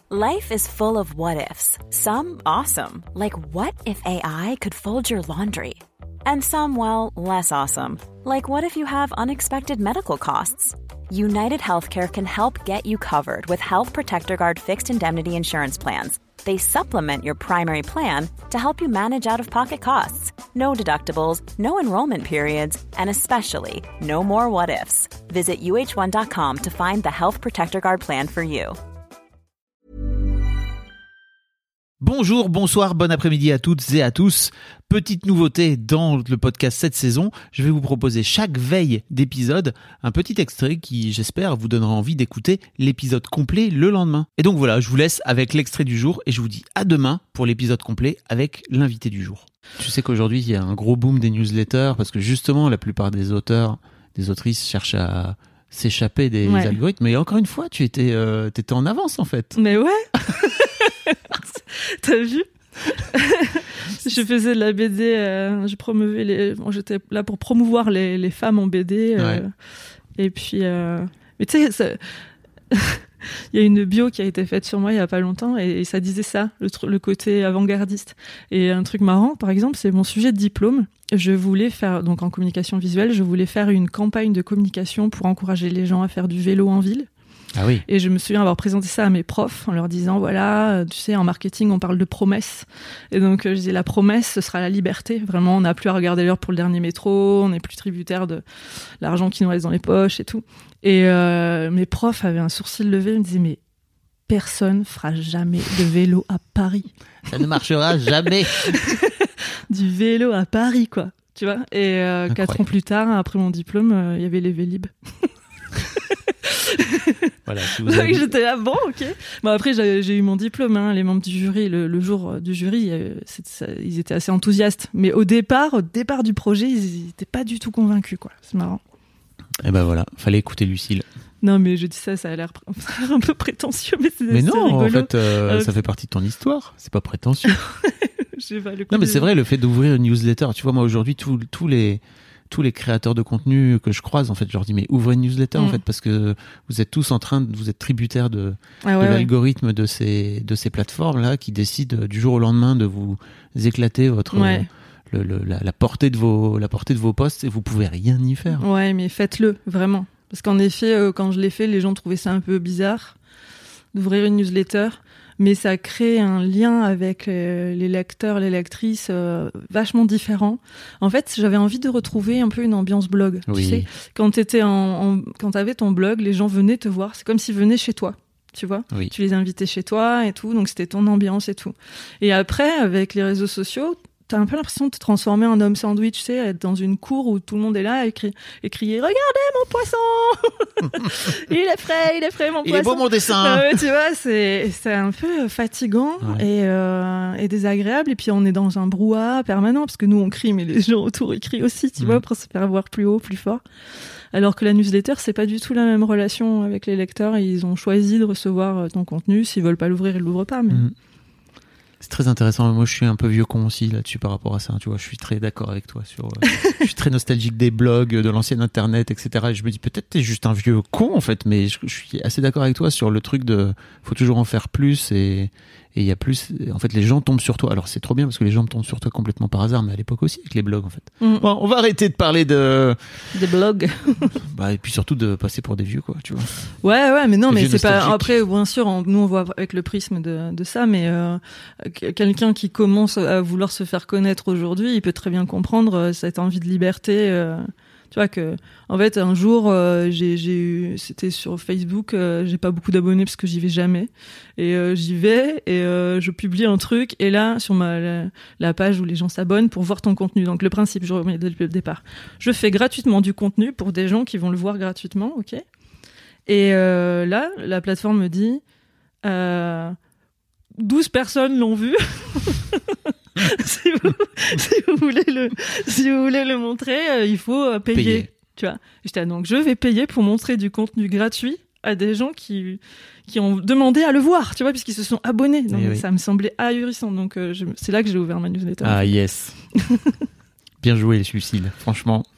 Life is full of what-ifs. Some awesome, like what if AI could fold your laundry? And some, well, less awesome, like what if you have unexpected medical costs? United Healthcare can help get you covered with Health Protector Guard fixed indemnity insurance plans. They supplement your primary plan to help you manage out-of-pocket costs. No deductibles, no enrollment periods, and especially no more what-ifs. Visit uh1.com to find the Health Protector Guard plan for you. Bonjour, bonsoir, bon après-midi à toutes et à tous. Petite nouveauté dans le podcast cette saison, je vais vous proposer chaque veille d'épisode un petit extrait qui, j'espère, vous donnera envie d'écouter l'épisode complet le lendemain. Et donc voilà, je vous laisse avec l'extrait du jour et je vous dis à demain pour l'épisode complet avec l'invité du jour. Tu sais qu'aujourd'hui, il y a un gros boom des newsletters parce que justement, la plupart des auteurs, des autrices cherchent à s'échapper des algorithmes. Mais encore une fois, tu étais en avance en fait. Mais ouais. T'as vu? Je faisais de la BD, j'étais là pour promouvoir les femmes en BD. Et puis, mais tu sais, il y a une bio qui a été faite sur moi il y a pas longtemps et ça disait ça, le côté avant-gardiste. Et un truc marrant, par exemple, c'est mon sujet de diplôme. Je voulais faire, donc en communication visuelle, je voulais faire une campagne de communication pour encourager les gens à faire du vélo en ville. Ah oui. Et je me souviens avoir présenté ça à mes profs en leur disant, voilà, tu sais, en marketing, on parle de promesse. Et donc, je disais, la promesse, ce sera la liberté. Vraiment, on n'a plus à regarder l'heure pour le dernier métro, on n'est plus tributaire de l'argent qui nous reste dans les poches et tout. Et mes profs avaient un sourcil levé, ils me disaient, mais personne fera jamais de vélo à Paris. Ça ne marchera jamais. Du vélo à Paris, quoi. Tu vois? Et 4 ans plus tard, après mon diplôme, il y avait les Vélib. Voilà, si vous avez... J'étais là, bon, ok. Bon, après, j'ai eu mon diplôme, hein, les membres du jury, le jour du jury, ils étaient assez enthousiastes. Mais au départ du projet, ils n'étaient pas du tout convaincus, quoi. C'est marrant. Et ben voilà, fallait écouter Lucille. Non, mais je dis ça a l'air un peu prétentieux, mais c'est non, rigolo. En fait, ça fait partie de ton histoire. C'est pas prétentieux. Non, mais c'est vrai, le fait d'ouvrir une newsletter. Tu vois, moi, aujourd'hui, tous les créateurs de contenu que je croise, en fait, je leur dis, mais ouvrez une newsletter, en fait, parce que vous êtes tous vous êtes tributaires de l'algorithme de ces plateformes-là qui décident du jour au lendemain de vous éclater la portée de vos posts et vous pouvez rien y faire. Ouais, mais faites-le, vraiment. Parce qu'en effet, quand je l'ai fait, les gens trouvaient ça un peu bizarre d'ouvrir une newsletter. Mais ça crée un lien avec les lecteurs, les lectrices vachement différent. En fait, j'avais envie de retrouver un peu une ambiance blog. Oui. Tu sais, quand t'avais ton blog, les gens venaient te voir. C'est comme s'ils venaient chez toi. Tu vois, oui. Tu les invitais chez toi et tout, donc c'était ton ambiance et tout. Et après, avec les réseaux sociaux, t'as un peu l'impression de te transformer en homme sandwich, tu sais, être dans une cour où tout le monde est là et crier « Regardez mon poisson !» Il est frais mon poisson !» Il est beau mon dessin. Tu vois, c'est un peu fatigant et désagréable. Et puis on est dans un brouhaha permanent parce que nous on crie, mais les gens autour ils crient aussi, tu vois, pour se faire voir plus haut, plus fort. Alors que la newsletter, c'est pas du tout la même relation avec les lecteurs. Ils ont choisi de recevoir ton contenu. S'ils veulent pas l'ouvrir, ils l'ouvrent pas. Mais... C'est très intéressant. Moi, je suis un peu vieux con aussi là-dessus par rapport à ça. Tu vois, je suis très d'accord avec toi je suis très nostalgique des blogs, de l'ancien Internet, etc. Et je me dis peut-être t'es juste un vieux con en fait, mais je suis assez d'accord avec toi sur le truc de faut toujours en faire plus et il y a plus. En fait, les gens tombent sur toi. Alors c'est trop bien parce que les gens tombent sur toi complètement par hasard, mais à l'époque aussi avec les blogs en fait. Bon, on va arrêter de parler des blogs. Et puis surtout de passer pour des vieux quoi, tu vois. Ouais, mais non, mais c'est pas. Après, bien sûr, nous on voit avec le prisme de ça, mais quelqu'un qui commence à vouloir se faire connaître aujourd'hui, il peut très bien comprendre cette envie de liberté. Tu vois que, en fait, un jour, c'était sur Facebook, j'ai pas beaucoup d'abonnés parce que j'y vais jamais. Et j'y vais et je publie un truc. Et là, sur la page où les gens s'abonnent pour voir ton contenu. Donc le principe, je remets depuis le départ. Je fais gratuitement du contenu pour des gens qui vont le voir gratuitement, ok. Et là, la plateforme me dit 12 personnes l'ont vu. si vous voulez le montrer, il faut payer. Tu vois. Donc je vais payer pour montrer du contenu gratuit à des gens qui ont demandé à le voir, tu vois, puisqu'ils se sont abonnés. Donc ça me semblait ahurissant. Donc c'est là que j'ai ouvert ma newsletter. Ah yes. Bien joué, Lucille. Franchement,